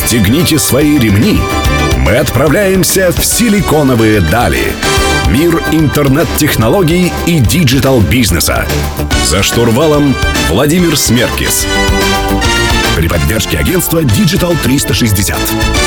Пристегните свои ремни. Мы отправляемся в силиконовые дали. Мир интернет-технологий и диджитал-бизнеса. За штурвалом Владимир Смеркис. При поддержке агентства Digital 360.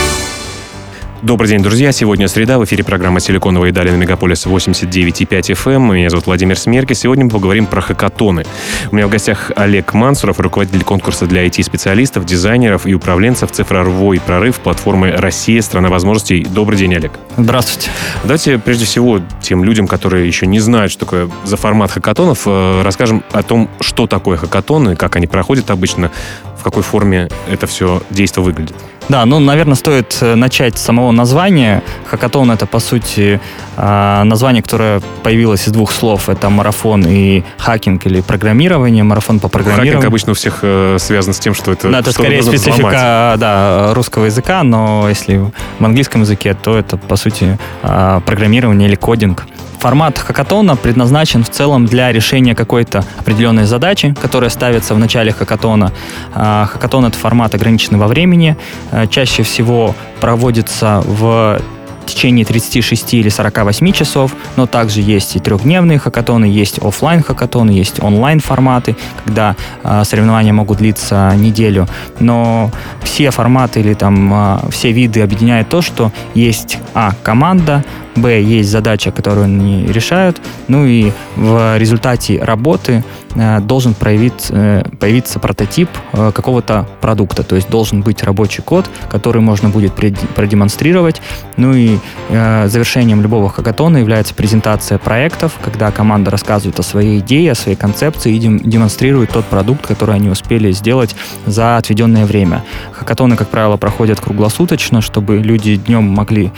Добрый день, друзья. Сегодня среда. В эфире программа «Силиконовые дали» на Мегаполис 89,5 FM. Меня зовут Владимир Смеркис. Сегодня мы поговорим про хакатоны. У меня в гостях Олег Мансуров, руководитель конкурса для IT-специалистов, дизайнеров и управленцев «Цифровой прорыв» платформы «Россия. Страна возможностей». Добрый день, Олег. Здравствуйте. Давайте, прежде всего, тем людям, которые еще не знают, что такое за формат хакатонов, расскажем о том, что такое хакатоны, как они проходят обычно, в какой форме это все действо выглядит. Да, наверное, стоит начать с самого названия. Хакатон — это, по сути, название, которое появилось из двух слов. Это марафон и хакинг или программирование. Марафон по программированию. Хакинг обычно у всех связан с тем, что это... Да, это скорее специфика русского языка, но если в английском языке, то это, по сути, программирование или кодинг. Формат хакатона предназначен в целом для решения какой-то определенной задачи, которая ставится в начале хакатона. Хакатон — это формат, ограниченный во времени. Чаще всего проводится в течение 36 или 48 часов, но также есть и трехдневные хакатоны, есть офлайн хакатоны, есть онлайн форматы, когда соревнования могут длиться неделю. Но все форматы или все виды объединяет то, что есть команда, Б, есть задача, которую они решают, и в результате работы должен появиться прототип какого-то продукта, то есть должен быть рабочий код, который можно будет продемонстрировать. И завершением любого хакатона является презентация проектов, когда команда рассказывает о своей идее, о своей концепции и демонстрирует тот продукт, который они успели сделать за отведенное время. Хакатоны, как правило, проходят круглосуточно, чтобы люди днем могли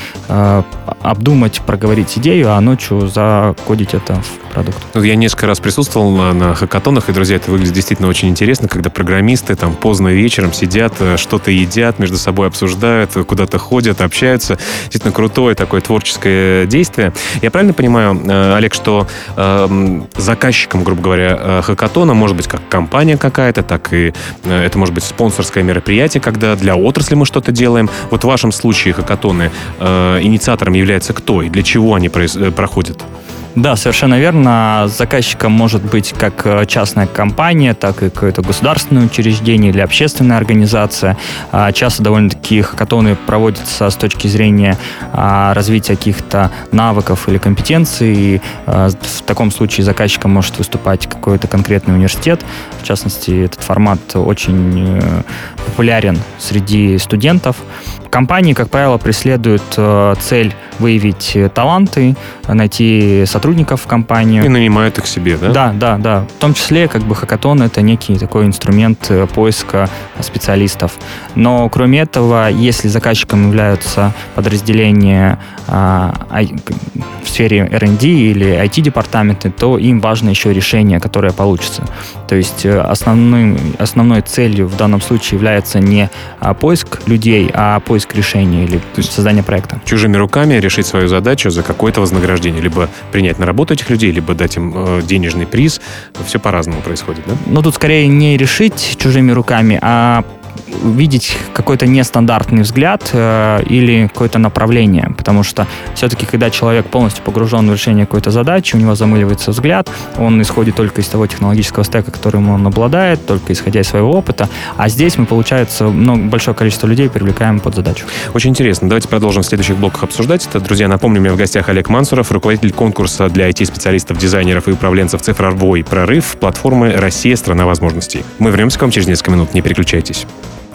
обдумать, проговорить идею, а ночью закодить это в продукт. Я несколько раз присутствовал на хакатонах, и, друзья, это выглядит действительно очень интересно, когда программисты поздно вечером сидят, что-то едят, между собой обсуждают, куда-то ходят, общаются. Действительно крутое такое творческое действие. Я правильно понимаю, Олег, что заказчиком, грубо говоря, хакатона может быть как компания какая-то, так и это может быть спонсорское мероприятие, когда для отрасли мы что-то делаем. Вот в вашем случае хакатоны инициатором является кто и для чего они проходят? Да, совершенно верно. Заказчиком может быть как частная компания, так и какое-то государственное учреждение или общественная организация. Часто довольно-таки хакатоны проводятся с точки зрения развития каких-то навыков или компетенций. И в таком случае заказчиком может выступать какой-то конкретный университет. В частности, этот формат очень популярен среди студентов. Компании, как правило, преследуют цель выявить таланты, найти сотрудников в компанию. И нанимают их себе, да? Да. В том числе, хакатон — это некий такой инструмент поиска специалистов. Но, кроме этого, если заказчиком являются подразделения в сфере R&D или IT-департаменты, то им важно еще решение, которое получится. То есть основной целью в данном случае является не поиск людей, а поиск решения или создание проекта. Чужими руками решить свою задачу за какое-то вознаграждение. Либо принять на работу этих людей, либо дать им денежный приз. Все по-разному происходит, да? Тут скорее не решить чужими руками, а видеть какой-то нестандартный взгляд или какое-то направление, потому что все-таки, когда человек полностью погружен в решение какой-то задачи, у него замыливается взгляд, он исходит только из того технологического стека, которым он обладает, только исходя из своего опыта, а здесь мы, получается, большое количество людей привлекаем под задачу. Очень интересно. Давайте продолжим в следующих блоках обсуждать это. Друзья, напомню, у меня в гостях Олег Мансуров, руководитель конкурса для IT-специалистов, дизайнеров и управленцев «Цифровой прорыв» платформы «Россия. Страна возможностей». Мы вернемся к вам через несколько минут. Не переключайтесь.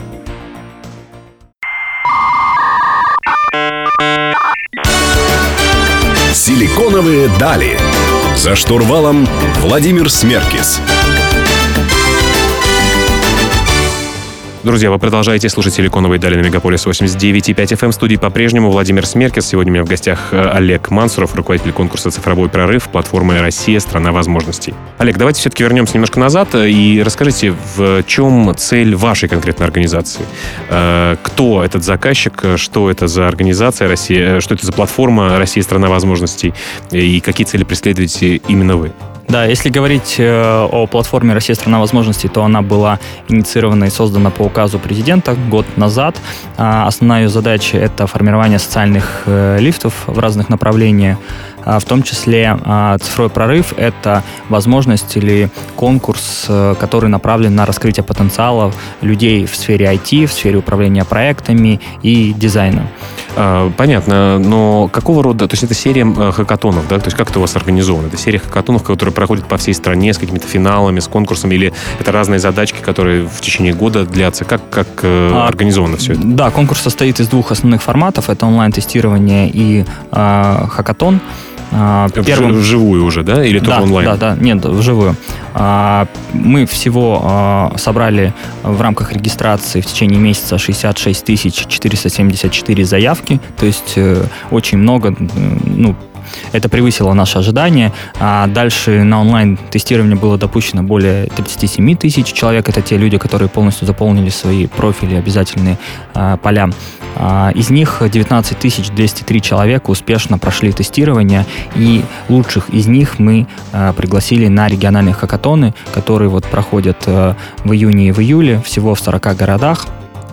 Силиконовые дали. За штурвалом Владимир Смеркис. Друзья, вы продолжаете слушать «Силиконовые дали» на Мегаполис 89,5 FM. В студии по-прежнему Владимир Смеркис. Сегодня у меня в гостях Олег Мансуров, руководитель конкурса «Цифровой прорыв» платформы «Россия. Страна возможностей». Олег, давайте все-таки вернемся немножко назад и расскажите, в чем цель вашей конкретной организации? Кто этот заказчик? Что это за организация «Россия»? Что это за платформа «Россия. Страна возможностей»? И какие цели преследуете именно вы? Да, если говорить о платформе «Россия – страна возможностей», то она была инициирована и создана по указу президента год назад. Основная ее задача – это формирование социальных лифтов в разных направлениях. В том числе цифровой прорыв – это возможность или конкурс, который направлен на раскрытие потенциала людей в сфере IT, в сфере управления проектами и дизайна. Понятно, но какого рода, то есть это серия хакатонов, да, то есть как это у вас организовано? Это серия хакатонов, которые проходят по всей стране с какими-то финалами, с конкурсами, или это разные задачки, которые в течение года длятся? Как организовано все это? Да, конкурс состоит из двух основных форматов, это онлайн-тестирование и хакатон. Вживую уже, да? Или только онлайн? Да, нет, вживую. Мы всего собрали в рамках регистрации в течение месяца 66 474 заявки, то есть очень много, это превысило наши ожидания. Дальше на онлайн-тестирование было допущено более 37 тысяч человек. Это те люди, которые полностью заполнили свои профили, обязательные поля. Из них 19 203 человека успешно прошли тестирование, и лучших из них мы пригласили на региональные хакатоны, которые проходят в июне и в июле, всего в 40 городах.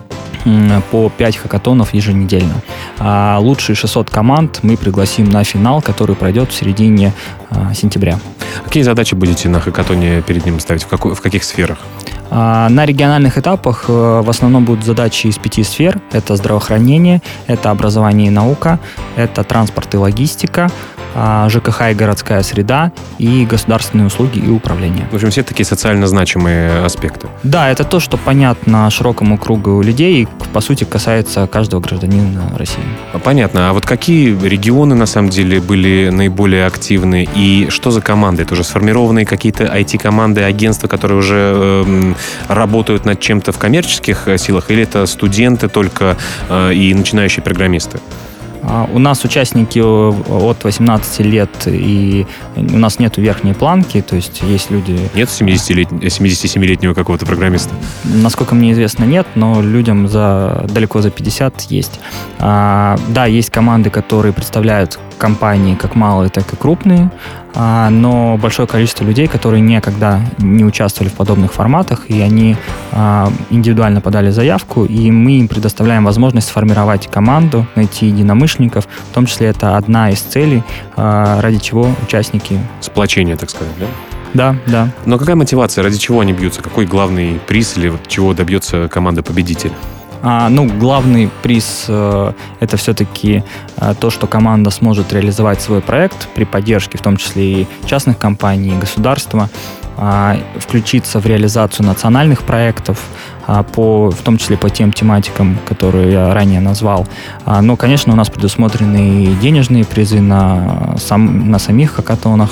По 5 хакатонов еженедельно. А лучшие 600 команд мы пригласим на финал, который пройдет в середине сентября. Какие задачи будете на хакатоне перед ним ставить? В каких сферах? На региональных этапах в основном будут задачи из 5 сфер. Это здравоохранение, это образование и наука, это транспорт и логистика, ЖКХ и городская среда, и государственные услуги и управление. В общем, все такие социально значимые аспекты. Да, это то, что понятно широкому кругу людей и, по сути, касается каждого гражданина России. Понятно. А вот какие регионы, на самом деле, были наиболее активны, и что за команды? Это уже сформированные какие-то IT-команды, агентства, которые уже работают над чем-то в коммерческих силах, или это студенты только и начинающие программисты? У нас участники от 18 лет, и у нас нету верхней планки, то есть есть люди... Нет 77-летнего какого-то программиста? Насколько мне известно, нет, но людям далеко за 50 есть. Да, есть команды, которые представляют компании как малые, так и крупные, но большое количество людей, которые никогда не участвовали в подобных форматах, и они индивидуально подали заявку, и мы им предоставляем возможность сформировать команду, найти единомышленников, в том числе это одна из целей, ради чего участники... Сплочение, так сказать, да? Да. Но какая мотивация, ради чего они бьются? Какой главный приз или чего добьется команда-победитель? Главный приз это все-таки то, что команда сможет реализовать свой проект при поддержке, в том числе и частных компаний, и государства, включиться в реализацию национальных проектов, в том числе по тем тематикам, которые я ранее назвал. Но, конечно, у нас предусмотрены и денежные призы на самих хакатонах,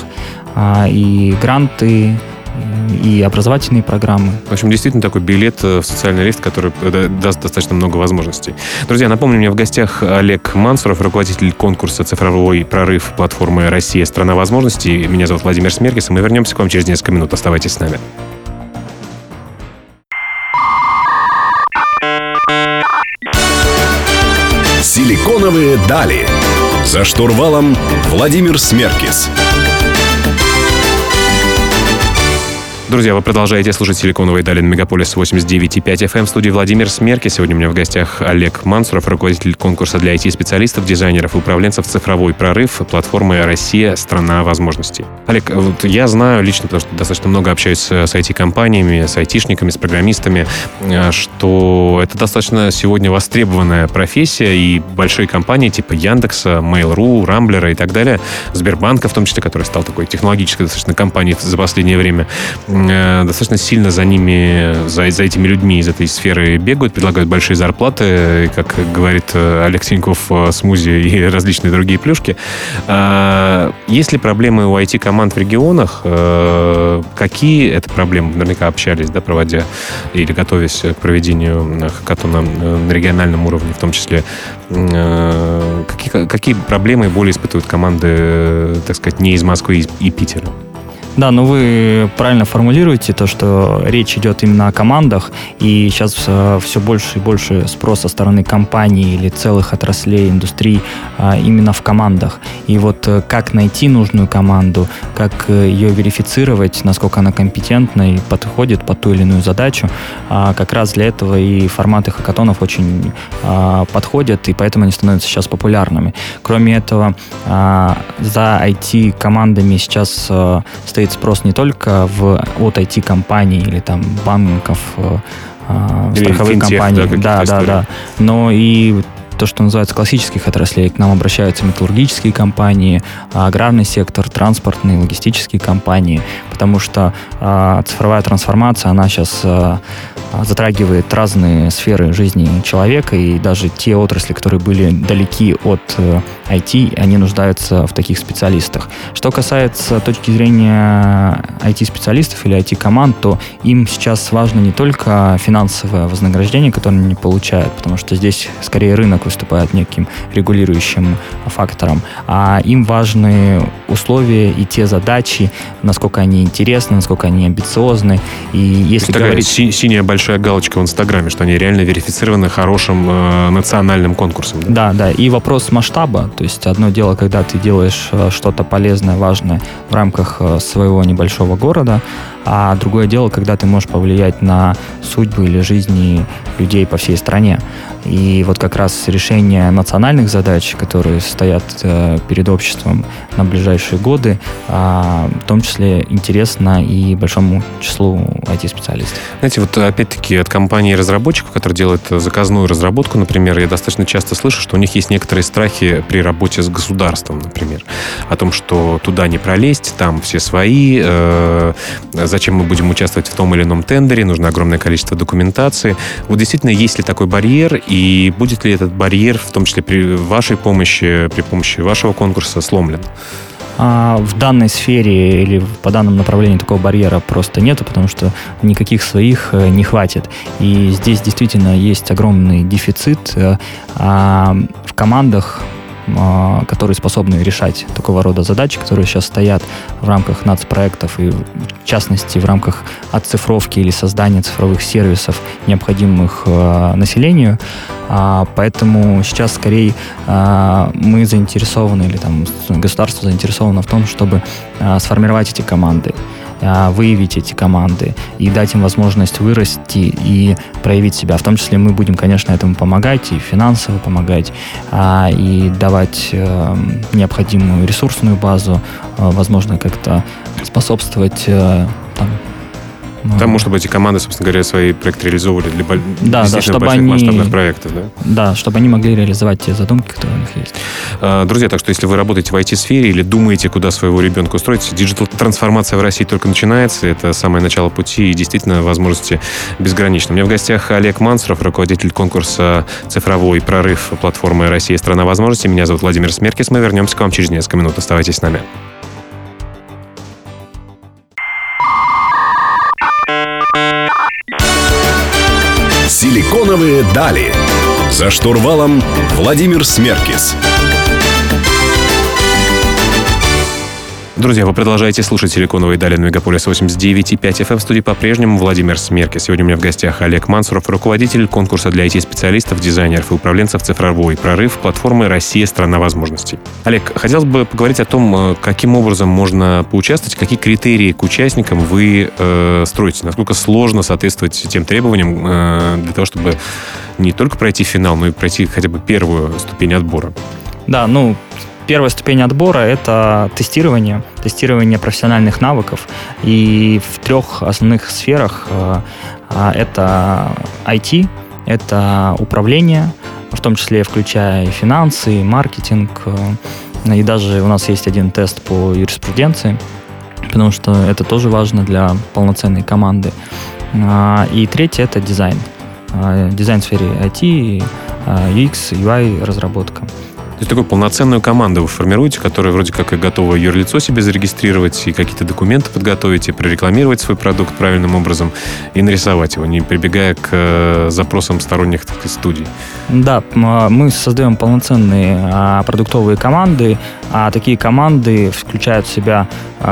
и гранты, и образовательные программы. В общем, действительно такой билет в социальный лифт, который даст достаточно много возможностей. Друзья, напомню, у меня в гостях Олег Мансуров, руководитель конкурса «Цифровой прорыв» платформы «Россия – страна возможностей». Меня зовут Владимир Смеркис, и мы вернемся к вам через несколько минут. Оставайтесь с нами. Силиконовые дали. За штурвалом Владимир Смеркис. Друзья, вы продолжаете слушать «Силиконовые дали» на Мегаполис 89,5 FM. В студии Владимир Смеркис. Сегодня у меня в гостях Олег Мансуров, руководитель конкурса для IT-специалистов, дизайнеров и управленцев «Цифровой прорыв» платформы «Россия – страна возможностей». Олег, я знаю лично, потому что достаточно много общаюсь с IT-компаниями, с айтишниками, с программистами, что это достаточно сегодня востребованная профессия, и большие компании типа Яндекса, Mail.ru, Рамблера и так далее, Сбербанка в том числе, который стал такой технологической достаточно компанией за последнее время, достаточно сильно за этими людьми из этой сферы бегают, предлагают большие зарплаты, как говорит Олег Тиньков, смузи и различные другие плюшки. Есть ли проблемы у IT-команд в регионах? Какие это проблемы? Наверняка общались, да, проводя или готовясь к проведению хакатона на региональном уровне, в том числе. Какие проблемы более испытывают команды, так сказать, не из Москвы и Питера? Да, но вы правильно формулируете то, что речь идет именно о командах, и сейчас все больше и больше спрос со стороны компаний или целых отраслей, индустрий именно в командах. И вот как найти нужную команду, как ее верифицировать, насколько она компетентна и подходит под ту или иную задачу, как раз для этого и форматы хакатонов очень подходят, и поэтому они становятся сейчас популярными. Кроме этого, за IT-командами сейчас стоит спрос не только от IT-компаний или там банков, страховых компаний, да, но и то, что называется классических отраслей. К нам обращаются металлургические компании, аграрный сектор, транспортные, логистические компании, потому что цифровая трансформация, она сейчас затрагивает разные сферы жизни человека, и даже те отрасли, которые были далеки от IT, они нуждаются в таких специалистах. Что касается точки зрения IT-специалистов или IT-команд, то им сейчас важно не только финансовое вознаграждение, которое они получают, потому что здесь скорее рынок выступает неким регулирующим фактором, а им важны условия и те задачи, насколько они интересны, насколько они амбициозны. И если говорить... Синяя большая галочка в Инстаграме, что они реально верифицированы хорошим национальным конкурсом. Да, да. И вопрос масштаба. То есть одно дело, когда ты делаешь что-то полезное, важное в рамках своего небольшого города, а другое дело, когда ты можешь повлиять на судьбы или жизни людей по всей стране. И вот как раз решение национальных задач, которые стоят перед обществом на ближайшие годы, в том числе интересно и большому числу IT-специалистов. Знаете, вот опять-таки от компаний-разработчиков, которые делают заказную разработку, например, я достаточно часто слышу, что у них есть некоторые страхи при работе с государством, например, о том, что туда не пролезть, там все свои, зачем мы будем участвовать в том или ином тендере, нужно огромное количество документации. Вот действительно, есть ли такой барьер, и будет ли этот барьер, в том числе при вашей помощи, при помощи вашего конкурса, сломлен? В данной сфере или по данному направлению такого барьера просто нету, потому что никаких своих не хватит. И здесь действительно есть огромный дефицит в командах, которые способны решать такого рода задачи, которые сейчас стоят в рамках нацпроектов и, в частности, в рамках оцифровки или создания цифровых сервисов, необходимых населению. Поэтому сейчас скорее мы заинтересованы, или там государство заинтересовано в том, чтобы сформировать эти команды, выявить эти команды и дать им возможность вырасти и проявить себя. В том числе мы будем, конечно, этому помогать, и финансово помогать, и давать необходимую ресурсную базу, возможно, как-то способствовать тому, чтобы эти команды, собственно говоря, свои проекты реализовывали для чтобы больших масштабных проектов, да? Да, чтобы они могли реализовать те задумки, которые у них есть. Друзья, так что если вы работаете в IT-сфере или думаете, куда своего ребенка устроить, диджитал-трансформация в России только начинается, это самое начало пути, и действительно возможности безграничны. У меня в гостях Олег Мансуров, руководитель конкурса «Цифровой прорыв» платформы «Россия. Страна возможностей». Меня зовут Владимир Смеркис. Мы вернемся к вам через несколько минут. Оставайтесь с нами. Силиконовые дали. За штурвалом Владимир Смеркис. Друзья, вы продолжаете слушать «Силиконовые дали» на Мегаполис 89,5 FM. В студии по-прежнему Владимир Смеркис. Сегодня у меня в гостях Олег Мансуров, руководитель конкурса для IT-специалистов, дизайнеров и управленцев «Цифровой прорыв» платформы «Россия. Страна возможностей». Олег, хотелось бы поговорить о том, каким образом можно поучаствовать, какие критерии к участникам вы строите, насколько сложно соответствовать тем требованиям для того, чтобы не только пройти финал, но и пройти хотя бы первую ступень отбора. Да, первая ступень отбора – это тестирование профессиональных навыков. И в 3 основных сферах это IT, это управление, в том числе включая и финансы, и маркетинг. И даже у нас есть один тест по юриспруденции, потому что это тоже важно для полноценной команды. И третье – это дизайн. Дизайн в сфере IT, UX, UI, разработка. То есть такую полноценную команду вы формируете, которая вроде как и готова юрлицо себе зарегистрировать, и какие-то документы подготовить, и прорекламировать свой продукт правильным образом, и нарисовать его, не прибегая к запросам сторонних, так сказать, студий. Да, мы создаем полноценные продуктовые команды, а такие команды включают в себя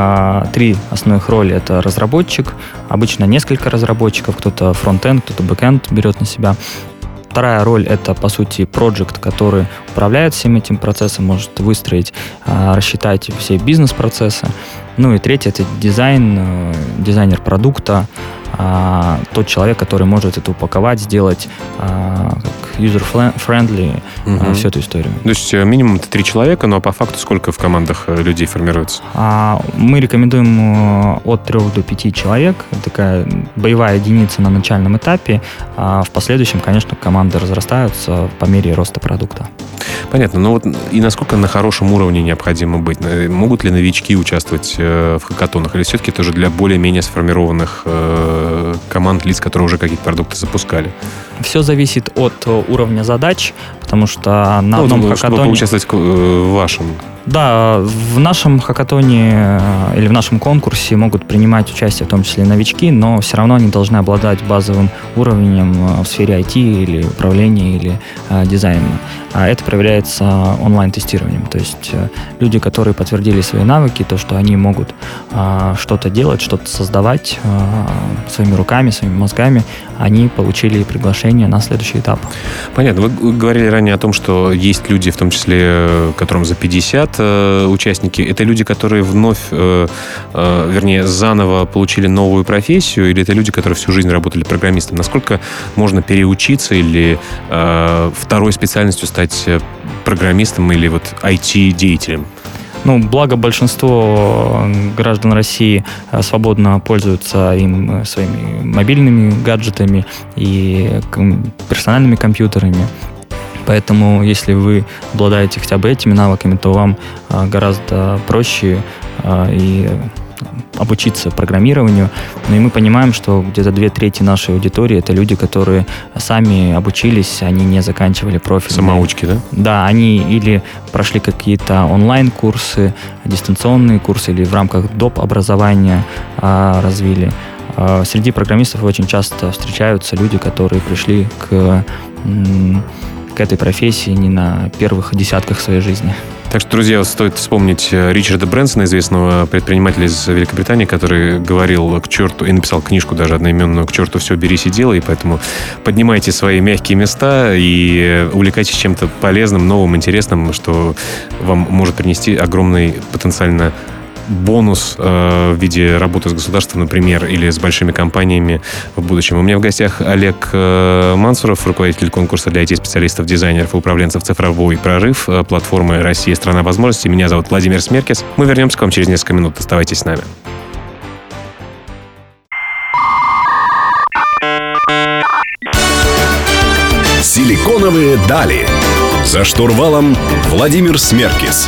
3 основных роли. Это разработчик, обычно несколько разработчиков, кто-то фронт-энд, кто-то бэк-энд берет на себя. Вторая роль — это, по сути, проект, который управляет всем этим процессом, может выстроить, рассчитать все бизнес-процессы. Ну и третье — это дизайнер продукта, тот человек, который может это упаковать, сделать как user-friendly всю эту историю. То есть минимум это 3 человека, но по факту сколько в командах людей формируется? Мы рекомендуем от 3 до 5 человек. Такая боевая единица на начальном этапе. В последующем, конечно, команды разрастаются по мере роста продукта. Понятно. Но вот и насколько на хорошем уровне необходимо быть? Могут ли новички участвовать в хакатонах? Или все-таки это уже для более-менее сформированных команд, лиц, которые уже какие-то продукты запускали? Все зависит от уровня задач, потому что на одном хакатоне... Чтобы поучаствовать в вашем. Да, в нашем хакатоне или в нашем конкурсе могут принимать участие в том числе и новички, но все равно они должны обладать базовым уровнем в сфере IT или управления или дизайна. Это проверяется онлайн-тестированием. То есть люди, которые подтвердили свои навыки, то, что они могут что-то делать, что-то создавать своими руками, своими мозгами, они получили приглашение на следующий этап. Понятно. Вы говорили ранее о том, что есть люди, в том числе, которым за 50 участники. Это люди, которые вновь, вернее, заново получили новую профессию, или это люди, которые всю жизнь работали программистом? Насколько можно переучиться или второй специальностью стать программистом или вот IT-деятелем? Благо большинство граждан России свободно пользуются своими мобильными гаджетами и персональными компьютерами. Поэтому, если вы обладаете хотя бы этими навыками, то вам гораздо проще и обучиться программированию. И мы понимаем, что где-то 2/3 нашей аудитории — это люди, которые сами обучились, они не заканчивали профиль. Самоучки, да? Да, они или прошли какие-то онлайн-курсы, дистанционные курсы, или в рамках доп. Образования развили. Среди программистов очень часто встречаются люди, которые пришли к этой профессии не на первых десятках своей жизни. Так что, друзья, стоит вспомнить Ричарда Брэнсона, известного предпринимателя из Великобритании, который говорил к черту, и написал книжку даже одноименную «К черту все берись и делай», поэтому поднимайте свои мягкие места и увлекайтесь чем-то полезным, новым, интересным, что вам может принести огромный потенциально бонус в виде работы с государством, например, или с большими компаниями в будущем. У меня в гостях Олег Мансуров, руководитель конкурса для IT-специалистов, дизайнеров и управленцев «Цифровой прорыв» платформы «Россия. Страна возможностей». Меня зовут Владимир Смеркис. Мы вернемся к вам через несколько минут. Оставайтесь с нами. Силиконовые дали. За штурвалом Владимир Смеркис.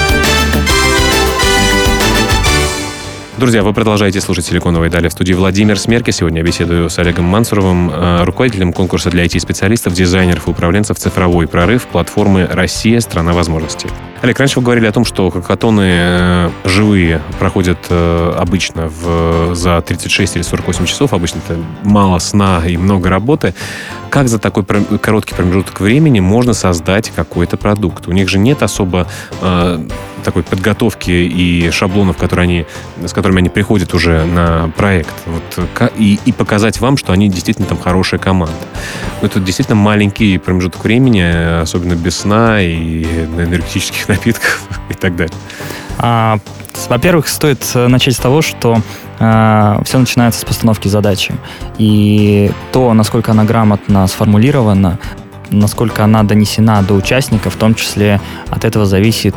Друзья, вы продолжаете слушать «Силиконовые дали». В студии Владимир Смеркис. Сегодня я беседую с Олегом Мансуровым, руководителем конкурса для IT-специалистов, дизайнеров и управленцев «Цифровой прорыв» платформы «Россия. Страна возможностей». Олег, раньше вы говорили о том, что хакатоны живые проходят обычно за 36 или 48 часов. Обычно это мало сна и много работы. Как за такой короткий промежуток времени можно создать какой-то продукт? У них же нет особо такой подготовки и шаблонов, с которыми они приходят уже на проект. И показать вам, что они действительно там хорошая команда. Это действительно маленький промежуток времени, особенно без сна и на энергетических напитках и так далее. Во-первых, стоит начать с того, что все начинается с постановки задачи. И то, насколько она грамотно сформулирована, насколько она донесена до участника, в том числе от этого зависит,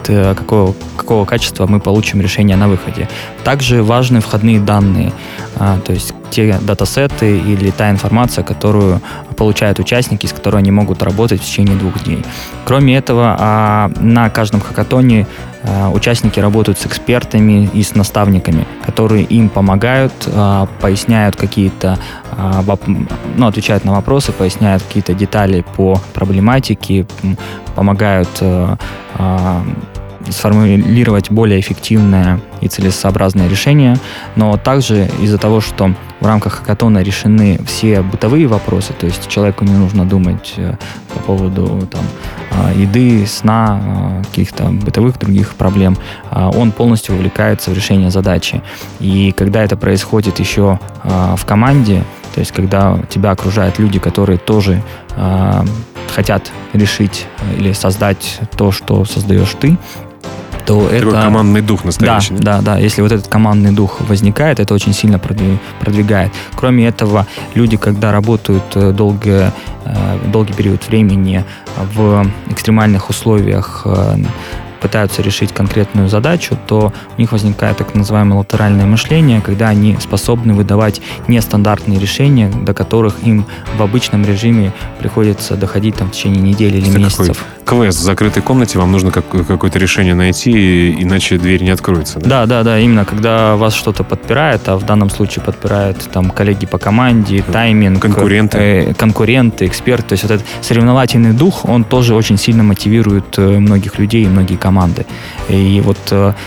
какого качества мы получим решение на выходе. Также важны входные данные, то есть те датасеты или та информация, которую получают участники, с которой они могут работать в течение 2 дней. Кроме этого, на каждом хакатоне участники работают с экспертами и с наставниками, которые им помогают, поясняют какие-то, отвечают на вопросы, поясняют какие-то детали по проблематике, помогают сформулировать более эффективное и целесообразное решение, но также из-за того, что в рамках хакатона решены все бытовые вопросы, то есть человеку не нужно думать по поводу еды, сна, каких-то бытовых других проблем, он полностью вовлекается в решение задачи. И когда это происходит еще в команде, то есть когда тебя окружают люди, которые тоже хотят решить или создать то, что создаешь ты, то такой это... командный дух настоящий. Да. Если вот этот командный дух возникает, это очень сильно продвигает. Кроме этого, люди, когда работают долгий период времени в экстремальных условиях, пытаются решить конкретную задачу, то у них возникает так называемое латеральное мышление, когда они способны выдавать нестандартные решения, до которых им в обычном режиме приходится доходить в течение недели или месяцев. Квест в закрытой комнате, вам нужно какое-то решение найти, иначе дверь не откроется. Да, именно когда вас что-то подпирает, а в данном случае подпирают коллеги по команде, тайминг, конкуренты, эксперты. То есть вот этот соревновательный дух, он тоже очень сильно мотивирует многих людей и многие команды. И вот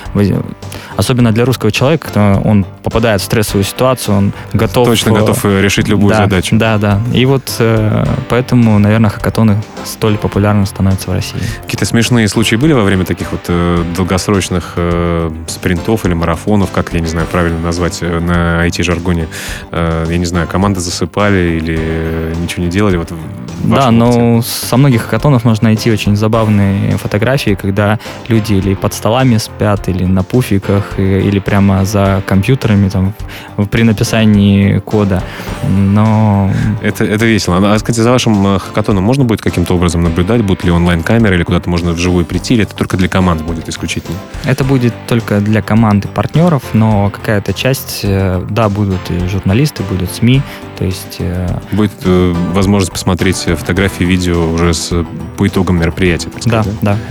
особенно для русского человека, когда он попадает в стрессовую ситуацию, он готов решить любую задачу. Да. И вот поэтому, наверное, хакатоны столь популярны становятся в России. Какие-то смешные случаи были во время таких вот долгосрочных спринтов или марафонов, как, я не знаю, правильно назвать на IT-жаргоне? Я не знаю, команды засыпали или ничего не делали? Вот да, но со многих хакатонов можно найти очень забавные фотографии, когда люди или под столами спят, или на пуфиках, или прямо за компьютерами при написании кода. Но... Это весело. А, кстати, за вашим хакатоном можно будет каким-то образом наблюдать? Будут ли онлайн-камеры, или куда-то можно вживую прийти, или это только для команд будет исключительно? Это будет только для команд и партнеров, но какая-то часть, будут и журналисты, будут СМИ, то есть... Будет возможность посмотреть фотографии, видео уже по итогам мероприятия. Да.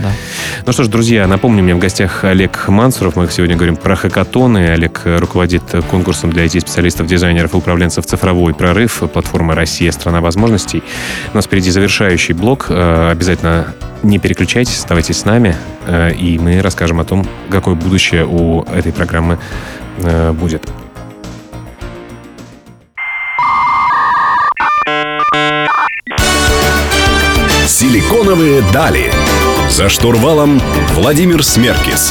Ну что ж, друзья, напомню, у меня в гостях Олег Мансуров. Мы сегодня говорим про хакатоны. Олег руководит конкурсом для IT-специалистов, дизайнеров и управленцев «Цифровой прорыв», платформа «Россия. Страна возможностей». У нас впереди завершающий блок. Обязательно не переключайтесь, оставайтесь с нами, и мы расскажем о том, какое будущее у этой программы будет. Силиконовые дали. За штурвалом Владимир Смеркис.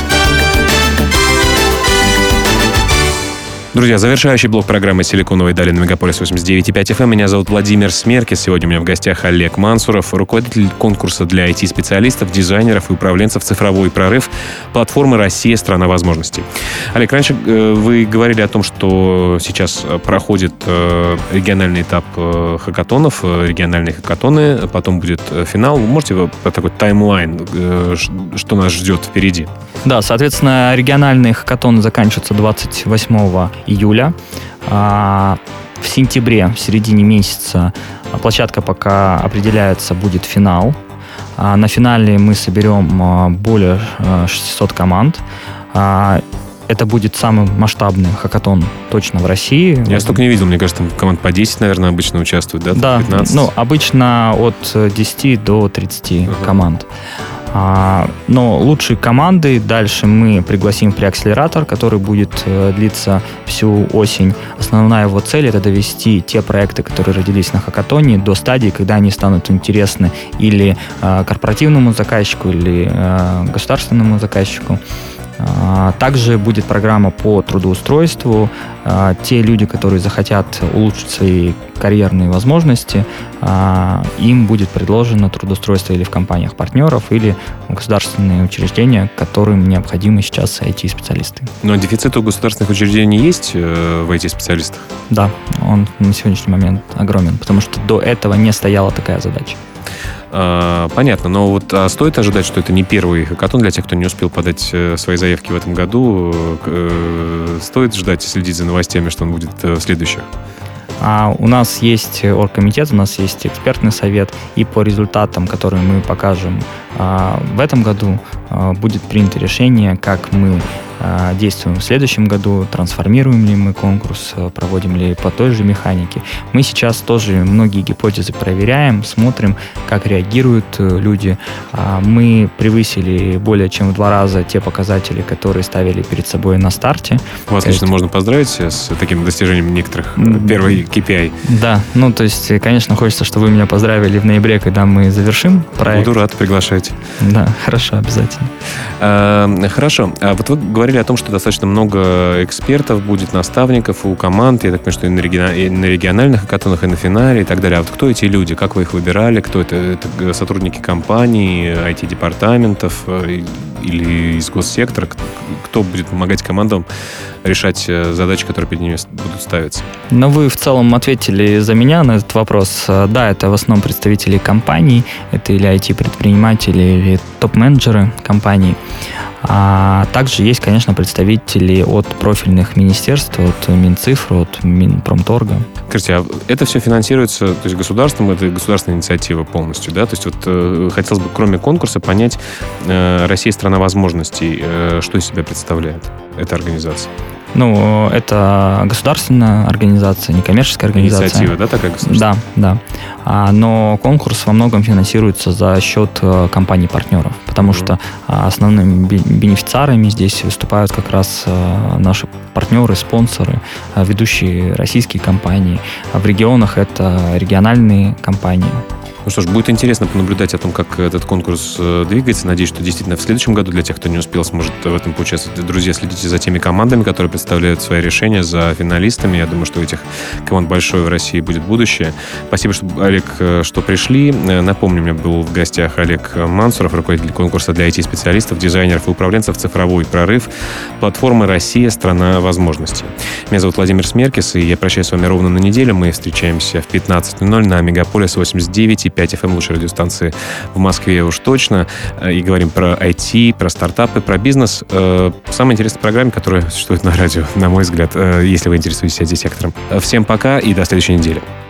Друзья, завершающий блок программы «Силиконовые дали» на Мегаполис 89.5 FM. Меня зовут Владимир Смеркис. Сегодня у меня в гостях Олег Мансуров, руководитель конкурса для IT-специалистов, дизайнеров и управленцев «Цифровой прорыв», платформы «Россия. Страна возможностей». Олег, раньше вы говорили о том, что сейчас проходит региональный этап хакатонов, региональные хакатоны, потом будет финал. Вы можете такой таймлайн, что нас ждет впереди? Да, соответственно, региональные хакатоны заканчиваются 28 июля. В сентябре, в середине месяца, площадка пока определяется, будет финал. На финале мы соберем более 600 команд. Это будет самый масштабный хакатон точно в России. Я столько не видел, мне кажется, там команд по 10, наверное, обычно участвуют, да? Да, 15? Обычно от 10 до 30 команд. Но лучшие команды дальше мы пригласим в преакселератор, который будет длиться всю осень. Основная его цель — это довести те проекты, которые родились на хакатоне, до стадии, когда они станут интересны или корпоративному заказчику, или государственному заказчику. Также будет программа по трудоустройству. Те люди, которые захотят улучшить свои карьерные возможности, им будет предложено трудоустройство или в компаниях партнеров, или в государственные учреждения, которым необходимы сейчас IT-специалисты. Но дефицит у государственных учреждений есть в IT-специалистах? Да, он на сегодняшний момент огромен, потому что до этого не стояла такая задача. Понятно, но вот стоит ожидать, что это не первый хакатон для тех, кто не успел подать свои заявки в этом году? Стоит ждать и следить за новостями, что он будет в следующих? У нас есть оргкомитет, у нас есть экспертный совет, и по результатам, которые мы покажем в этом году, будет принято решение, как мы действуем в следующем году, трансформируем ли мы конкурс, проводим ли по той же механике. Мы сейчас тоже многие гипотезы проверяем, смотрим, как реагируют люди. Мы превысили более чем в 2 раза те показатели, которые ставили перед собой на старте. Вас лично можно поздравить с таким достижением некоторых, первый KPI. Да, то есть, конечно, хочется, чтобы вы меня поздравили в ноябре, когда мы завершим проект. Буду рад, приглашайте. Да, хорошо, обязательно. Хорошо. Вот вы говорили о том, что достаточно много экспертов будет, наставников у команд, я так понимаю, что и на региональных хакатонах, и на финале, и так далее. А вот кто эти люди? Как вы их выбирали? Кто это? Это сотрудники компаний, IT-департаментов или из госсектора? Кто будет помогать командам решать задачи, которые перед ними будут ставиться? Вы в целом ответили за меня на этот вопрос. Да, это в основном представители компаний, это или IT-предприниматели, или топ-менеджеры компаний. А также есть, конечно, представители от профильных министерств, от Минцифры, от Минпромторга. Скажите, а это все финансируется, то есть государством, это государственная инициатива полностью, да? То есть вот хотелось бы, кроме конкурса, понять, Россия — страна возможностей, что из себя представляет эта организация? Это государственная организация, некоммерческая организация. Инициатива, да, такая государственная? Да. Но конкурс во многом финансируется за счет компаний-партнеров, потому что основными бенефициарами здесь выступают как раз наши партнеры, спонсоры, ведущие российские компании. А в регионах это региональные компании. Ну что ж, будет интересно понаблюдать о том, как этот конкурс двигается. Надеюсь, что действительно в следующем году, для тех, кто не успел, сможет в этом поучаствовать. Друзья, следите за теми командами, которые представляют свои решения, за финалистами. Я думаю, что у этих команд большое в России будет будущее. Спасибо, Олег, что пришли. Напомню, у меня был в гостях Олег Мансуров, руководитель конкурса для IT-специалистов, дизайнеров и управленцев «Цифровой прорыв» платформы «Россия. Страна возможностей». Меня зовут Владимир Смеркис, и я прощаюсь с вами ровно на неделю. Мы встречаемся в 15:00 на Мегаполис 89,5 FM, лучшей радиостанции в Москве уж точно. И говорим про IT, про стартапы, про бизнес. Самая интересная программа, которая существует на радио, на мой взгляд, если вы интересуетесь IT-сектором. Всем пока и до следующей недели.